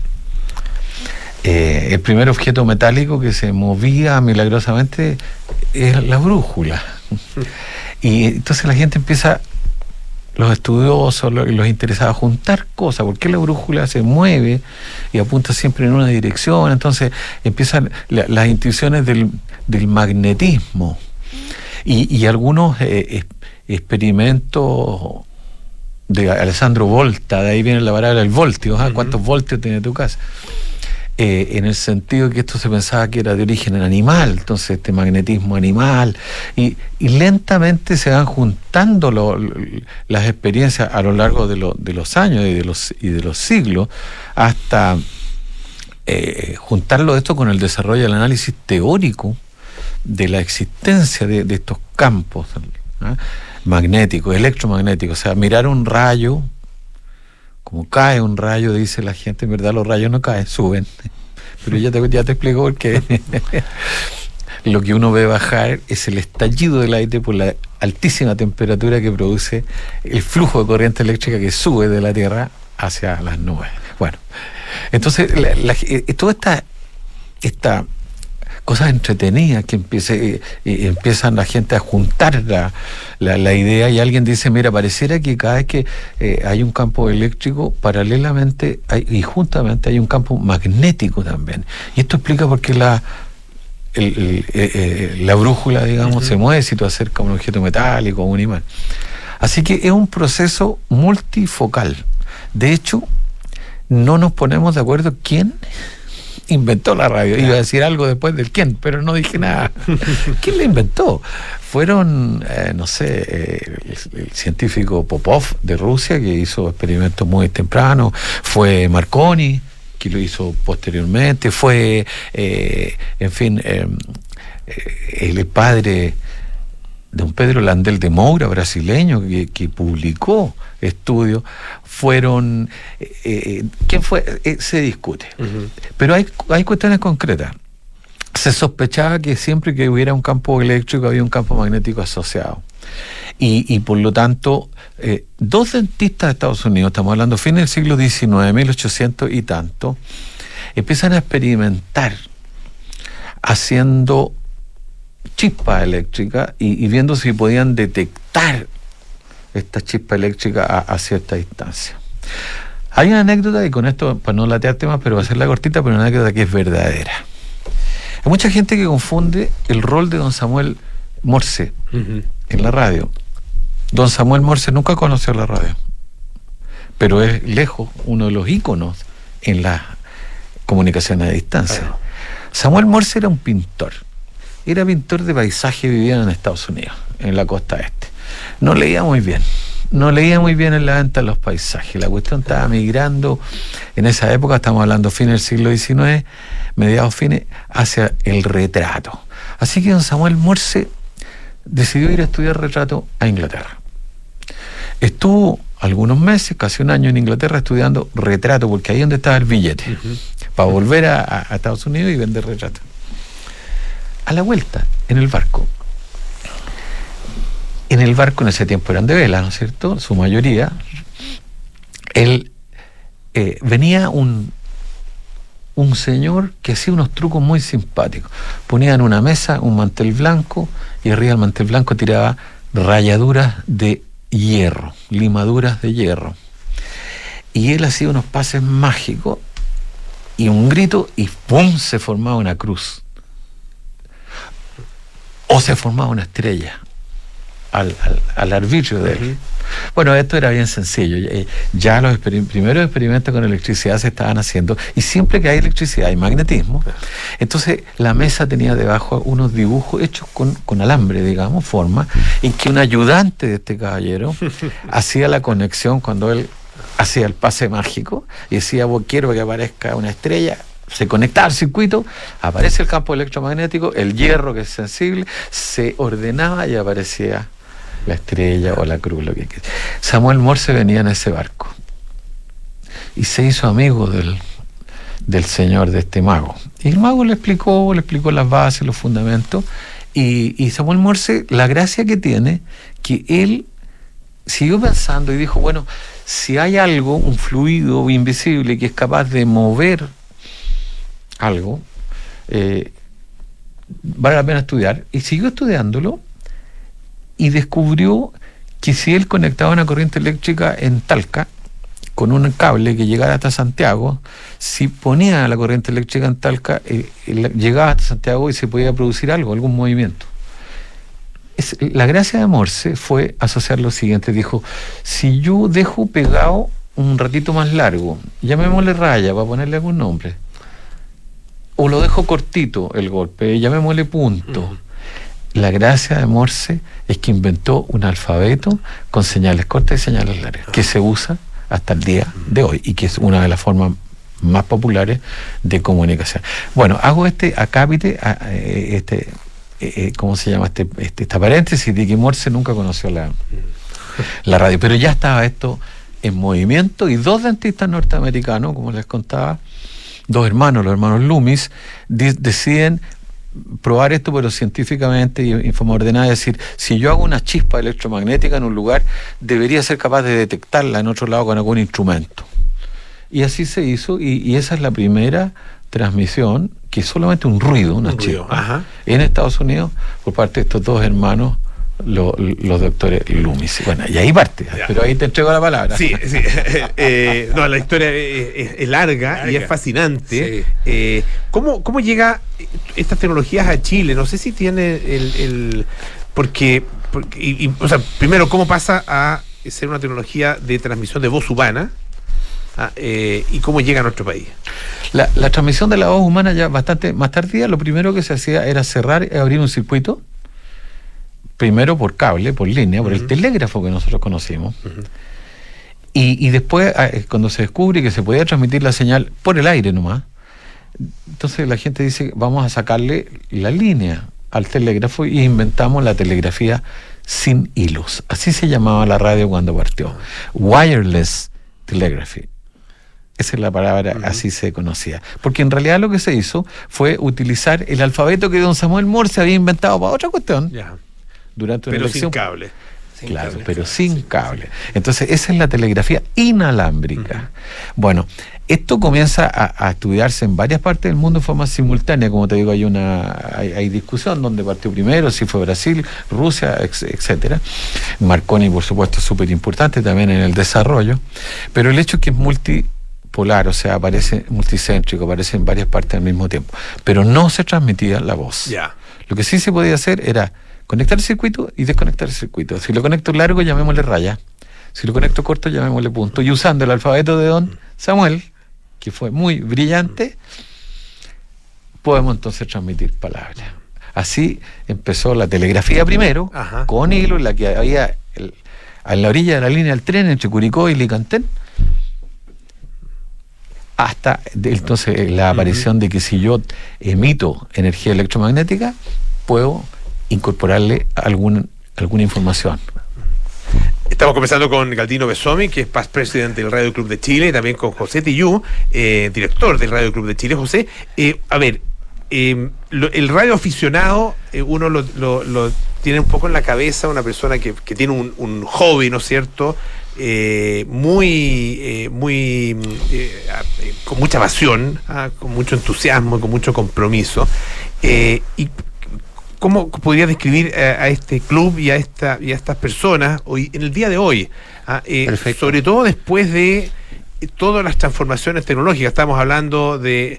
S13: El primer objeto metálico que se movía milagrosamente es la brújula. Y entonces la gente empieza, los estudiosos, los interesados, a juntar cosas. ¿Por qué la brújula se mueve y apunta siempre en una dirección? Entonces empiezan las intuiciones del magnetismo. Y algunos experimentos de Alessandro Volta, de ahí viene la palabra del voltio, ¿cuántos voltios tiene tu casa? En el sentido que esto se pensaba que era de origen animal, entonces este magnetismo animal, y lentamente se van juntando las experiencias a lo largo de los años y de los siglos, hasta juntarlo esto con el desarrollo del análisis teórico de la existencia de estos campos magnéticos, electromagnéticos. O sea, mirar un rayo, como cae un rayo, dice la gente, en verdad los rayos no caen, suben. Pero ya te explico por qué. Lo que uno ve bajar es el estallido del aire por la altísima temperatura que produce el flujo de corriente eléctrica que sube de la Tierra hacia las nubes. Bueno, entonces toda esta cosas entretenidas que empiezan la gente a juntar la idea, y alguien dice, mira, pareciera que cada vez que hay un campo eléctrico, paralelamente y juntamente hay un campo magnético también. Y esto explica por qué la brújula, digamos, se mueve si tú acercas a un objeto metálico o un imán. Así que es un proceso multifocal. De hecho, no nos ponemos de acuerdo quién inventó la radio. Iba a decir algo después del quién, pero no dije nada. ¿Quién la inventó? Fueron, no sé, el científico Popov de Rusia, que hizo experimentos muy tempranos, fue Marconi, que lo hizo posteriormente, fue, en fin, el padre de un Pedro Landel de Moura, brasileño, que publicó estudios. Fueron, ¿quién fue? Se discute. Pero hay cuestiones concretas. Se sospechaba que siempre que hubiera un campo eléctrico había un campo magnético asociado. Y por lo tanto, dos dentistas de Estados Unidos, estamos hablando fin del siglo XIX, 1800 y tanto, empiezan a experimentar haciendo chispas eléctricas y viendo si podían detectar esta chispa eléctrica a cierta distancia. Hay una anécdota, y con esto, para no latearte más, pero va a ser la cortita, pero una anécdota que es verdadera. Hay mucha gente que confunde el rol de don Samuel Morse en la radio. Don Samuel Morse nunca conoció la radio, pero es lejos uno de los íconos en la comunicación a distancia. Samuel Morse era un pintor. Era pintor de paisaje, vivía en Estados Unidos, en la costa este. No leía muy bien en la venta de los paisajes. La cuestión estaba migrando en esa época, estamos hablando fines del siglo XIX, mediados fines, hacia el retrato. Así que don Samuel Morse decidió ir a estudiar retrato a Inglaterra. Estuvo algunos meses, casi un año en Inglaterra, estudiando retrato, porque ahí es donde estaba el billete, para volver a Estados Unidos y vender retrato. A la vuelta, en el barco en ese tiempo eran de vela, ¿no es cierto?, su mayoría. Venía un un señor que hacía unos trucos muy simpáticos. Ponía en una mesa un mantel blanco y arriba del mantel blanco tiraba rayaduras de hierro, limaduras de hierro. Y él hacía unos pases mágicos y un grito y ¡pum! Se formaba una cruz. O se formaba una estrella al arbitrio de él. Bueno, esto era bien sencillo. Ya los primeros experimentos con electricidad se estaban haciendo, y siempre que hay electricidad hay magnetismo. Entonces la mesa tenía debajo unos dibujos hechos con alambre, digamos, forma, en que un ayudante de este caballero hacía la conexión cuando él hacía el pase mágico y decía, vos quiero que aparezca una estrella. Se conectaba al circuito, aparece el campo electromagnético, el hierro, que es sensible, se ordenaba y aparecía la estrella o la cruz, lo que quieras. Samuel Morse venía en ese barco y se hizo amigo del señor, de este mago, y el mago le explicó las bases, los fundamentos, y Samuel Morse, la gracia que tiene, que él siguió pensando y dijo, bueno, si hay algo, un fluido invisible que es capaz de mover algo, vale la pena estudiar, y siguió estudiándolo y descubrió que si él conectaba una corriente eléctrica en Talca con un cable que llegara hasta Santiago, si ponía la corriente eléctrica en Talca, llegaba hasta Santiago y se podía producir algo, algún movimiento. La gracia de Morse fue asociar lo siguiente. Dijo, si yo dejo pegado un ratito más largo, llamémosle raya para ponerle algún nombre, o lo dejo cortito el golpe, llamémosle punto. La gracia de Morse es que inventó un alfabeto con señales cortas y señales largas, que se usa hasta el día de hoy y que es una de las formas más populares de comunicación. Bueno, hago acápite, ¿cómo se llama? Esta paréntesis de que Morse nunca conoció la radio, pero ya estaba esto en movimiento, y dos dentistas norteamericanos, como les contaba, dos hermanos, los hermanos Loomis, deciden probar esto, pero científicamente y en forma ordenada. Es decir, si yo hago una chispa electromagnética en un lugar, debería ser capaz de detectarla en otro lado con algún instrumento. Y así se hizo, y esa es la primera transmisión, que es solamente un ruido, una chispa, en Estados Unidos, por parte de estos dos hermanos, los doctores Loomis. Bueno, y ahí parte, pero ahí te entrego la palabra.
S2: Sí. No, la historia es larga y es fascinante. Sí. ¿Cómo llega estas tecnologías a Chile? No sé si tiene porque o sea, primero, ¿cómo pasa a ser una tecnología de transmisión de voz humana? ¿Y cómo llega a nuestro país?
S13: La transmisión de la voz humana ya bastante más tardía. Lo primero que se hacía era cerrar y abrir un circuito, primero por cable, por línea, por el telégrafo que nosotros conocimos, y después cuando se descubre que se podía transmitir la señal por el aire nomás, entonces la gente dice, vamos a sacarle la línea al telégrafo, y inventamos la telegrafía sin hilos. Así se llamaba la radio cuando partió, wireless telegraphy. Esa es la palabra, así se conocía. Porque en realidad lo que se hizo fue utilizar el alfabeto que don Samuel Morse había inventado para otra cuestión. Durante una elección.
S2: Sin cable.
S13: Claro, pero sin cable. Entonces, esa es la telegrafía inalámbrica. Bueno, esto comienza a estudiarse en varias partes del mundo de forma simultánea. Como te digo, hay discusión donde partió primero, si fue Brasil, Rusia, etcétera. Marconi, por supuesto, es súper importante también en el desarrollo. Pero el hecho es que es multipolar, o sea, aparece multicéntrico, aparece en varias partes al mismo tiempo. Pero no se transmitía la voz. Lo que sí se podía hacer era conectar el circuito y desconectar el circuito. Si lo conecto largo, llamémosle raya. Si lo conecto corto, llamémosle punto. Y usando el alfabeto de don Samuel, que fue muy brillante, podemos entonces transmitir palabras. Así empezó la telegrafía primero, con hilo, en la que había a la orilla de la línea del tren entre Curicó y Licantén, hasta entonces la aparición de que si yo emito energía electromagnética, puedo incorporarle alguna información.
S2: Estamos conversando con Galdino Besomi, que es past president del Radio Club de Chile, y también con José Tillú, director del Radio Club de Chile. José, a ver, el radioaficionado, uno lo tiene un poco en la cabeza, una persona que tiene un hobby, ¿no es cierto? Con mucha pasión, con mucho entusiasmo, con mucho compromiso. Y ¿cómo podrías describir a este club y a estas personas hoy, en el día de hoy? Sobre todo después de todas las transformaciones tecnológicas. Estamos hablando de,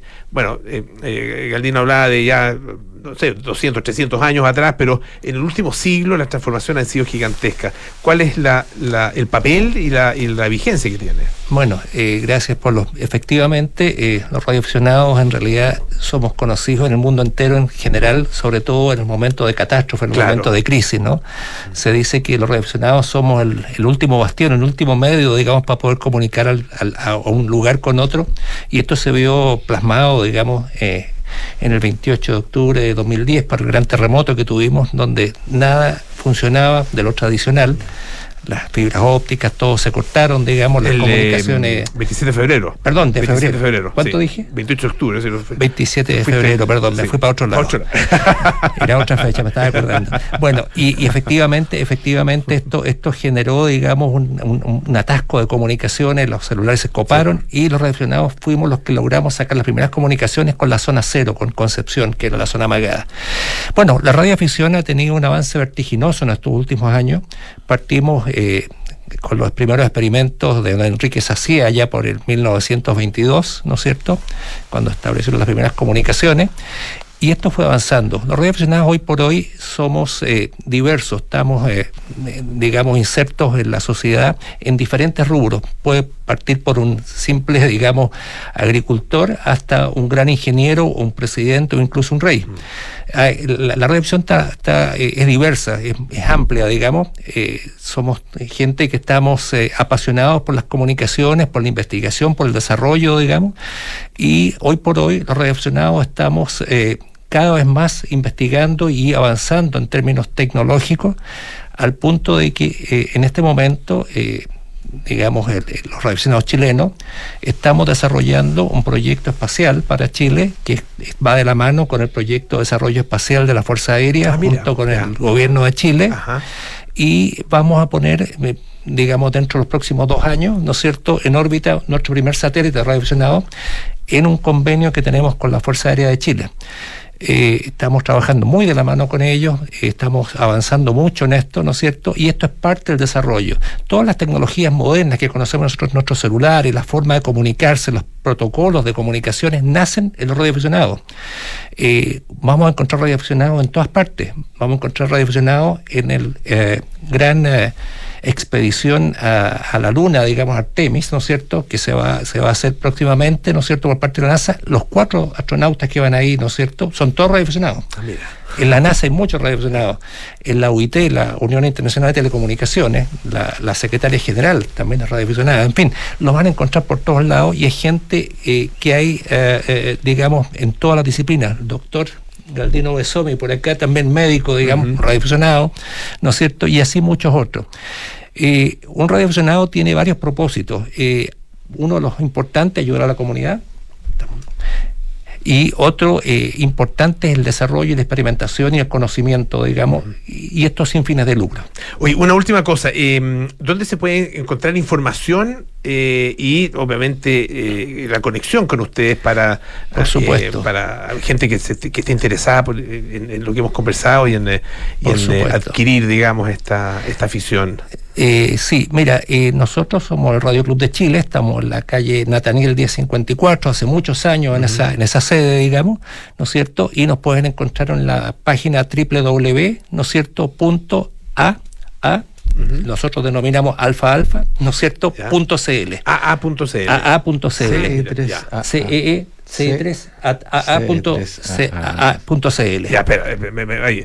S2: Galdino hablaba de ya, no sé, 200, 300 años atrás, pero en el último siglo las transformaciones han sido gigantescas. ¿Cuál es el papel y la vigencia que tiene?
S14: Bueno, gracias por efectivamente, los radioaficionados en realidad somos conocidos en el mundo entero en general, sobre todo en el momento de catástrofe, en el momento de crisis, ¿no? Se dice que los radioaficionados somos el último bastión, el último medio, digamos, para poder comunicar a un lugar con otro, y esto se vio plasmado, digamos, en el 28 de octubre de 2010, para el gran terremoto que tuvimos, donde nada funcionaba de lo tradicional. Las fibras ópticas, todo se cortaron, digamos, las comunicaciones.
S2: 27 de febrero.
S14: Perdón, de
S2: 27
S14: febrero.
S2: de febrero.
S14: ¿Cuánto
S2: sí.
S14: dije?
S2: 28 de octubre. Sí,
S14: 27 de febrero, perdón, me fui para otro lado. Era otra fecha, me estaba acordando. Bueno, y efectivamente esto generó, digamos, un atasco de comunicaciones, los celulares se coparon, y los radioaficionados fuimos los que logramos sacar las primeras comunicaciones con la zona cero, con Concepción, que era la zona amagada. Bueno, la radioafición ha tenido un avance vertiginoso en estos últimos años. Partimos con los primeros experimentos de Enrique Sacía allá por el 1922, ¿no es cierto?, cuando establecieron las primeras comunicaciones, y esto fue avanzando. Los radioaficionados hoy por hoy somos diversos, estamos, digamos, insertos en la sociedad en diferentes rubros. Puede partir por un simple, digamos, agricultor hasta un gran ingeniero, un presidente o incluso un rey. La radioafición es diversa, es amplia, digamos. Somos gente que estamos apasionados por las comunicaciones, por la investigación, por el desarrollo, digamos, y hoy por hoy los radioaficionados estamos cada vez más investigando y avanzando en términos tecnológicos, al punto de que en este momento, digamos, los radioaficionados chilenos estamos desarrollando un proyecto espacial para Chile que va de la mano con el proyecto de desarrollo espacial de la Fuerza Aérea, junto con el gobierno de Chile. Ajá. Y vamos a poner, digamos, dentro de los próximos 2 años, ¿no es cierto?, en órbita nuestro primer satélite radioaficionado, en un convenio que tenemos con la Fuerza Aérea de Chile. Estamos trabajando muy de la mano con ellos, estamos avanzando mucho en esto, ¿no es cierto? Y esto es parte del desarrollo. Todas las tecnologías modernas que conocemos nosotros, nuestros celulares, la forma de comunicarse, los protocolos de comunicaciones, nacen en los radioaficionados. Vamos a encontrar radioaficionados en todas partes. Vamos a encontrar radioaficionados en el gran expedición a la Luna, digamos, Artemis, ¿no es cierto?, que se va a hacer próximamente, ¿no es cierto?, por parte de la NASA. Los 4 astronautas que van ahí, ¿no es cierto?, son todos radioaficionados. En la NASA hay muchos radioaficionados. En la UIT, la Unión Internacional de Telecomunicaciones, la secretaria general también es radioaficionada. En fin, los van a encontrar por todos lados, y hay gente que hay, digamos, en todas las disciplinas. El doctor Galdino Besomi, por acá también médico, digamos, radioaficionado, ¿no es cierto?, y así muchos otros. Un radioaficionado tiene varios propósitos. Uno de los importantes es ayudar a la comunidad, y otro importante es el desarrollo y la experimentación y el conocimiento, digamos, y esto sin fines de lucro.
S2: Oye, una última cosa, ¿dónde se puede encontrar información y obviamente la conexión con ustedes para,
S14: por supuesto,
S2: para gente que esté interesada en lo que hemos conversado y en adquirir, digamos, esta afición?
S14: Sí, mira, nosotros somos el Radio Club de Chile, estamos en la calle Nataniel 1054, hace muchos años en esa sede, digamos, ¿no es cierto? Y nos pueden encontrar en la página www, ¿no es cierto?, nosotros denominamos alfa, ¿no es cierto?, .cl.
S2: AA.cl.
S14: CEE, C3, AA.cl.
S2: Ya, espera,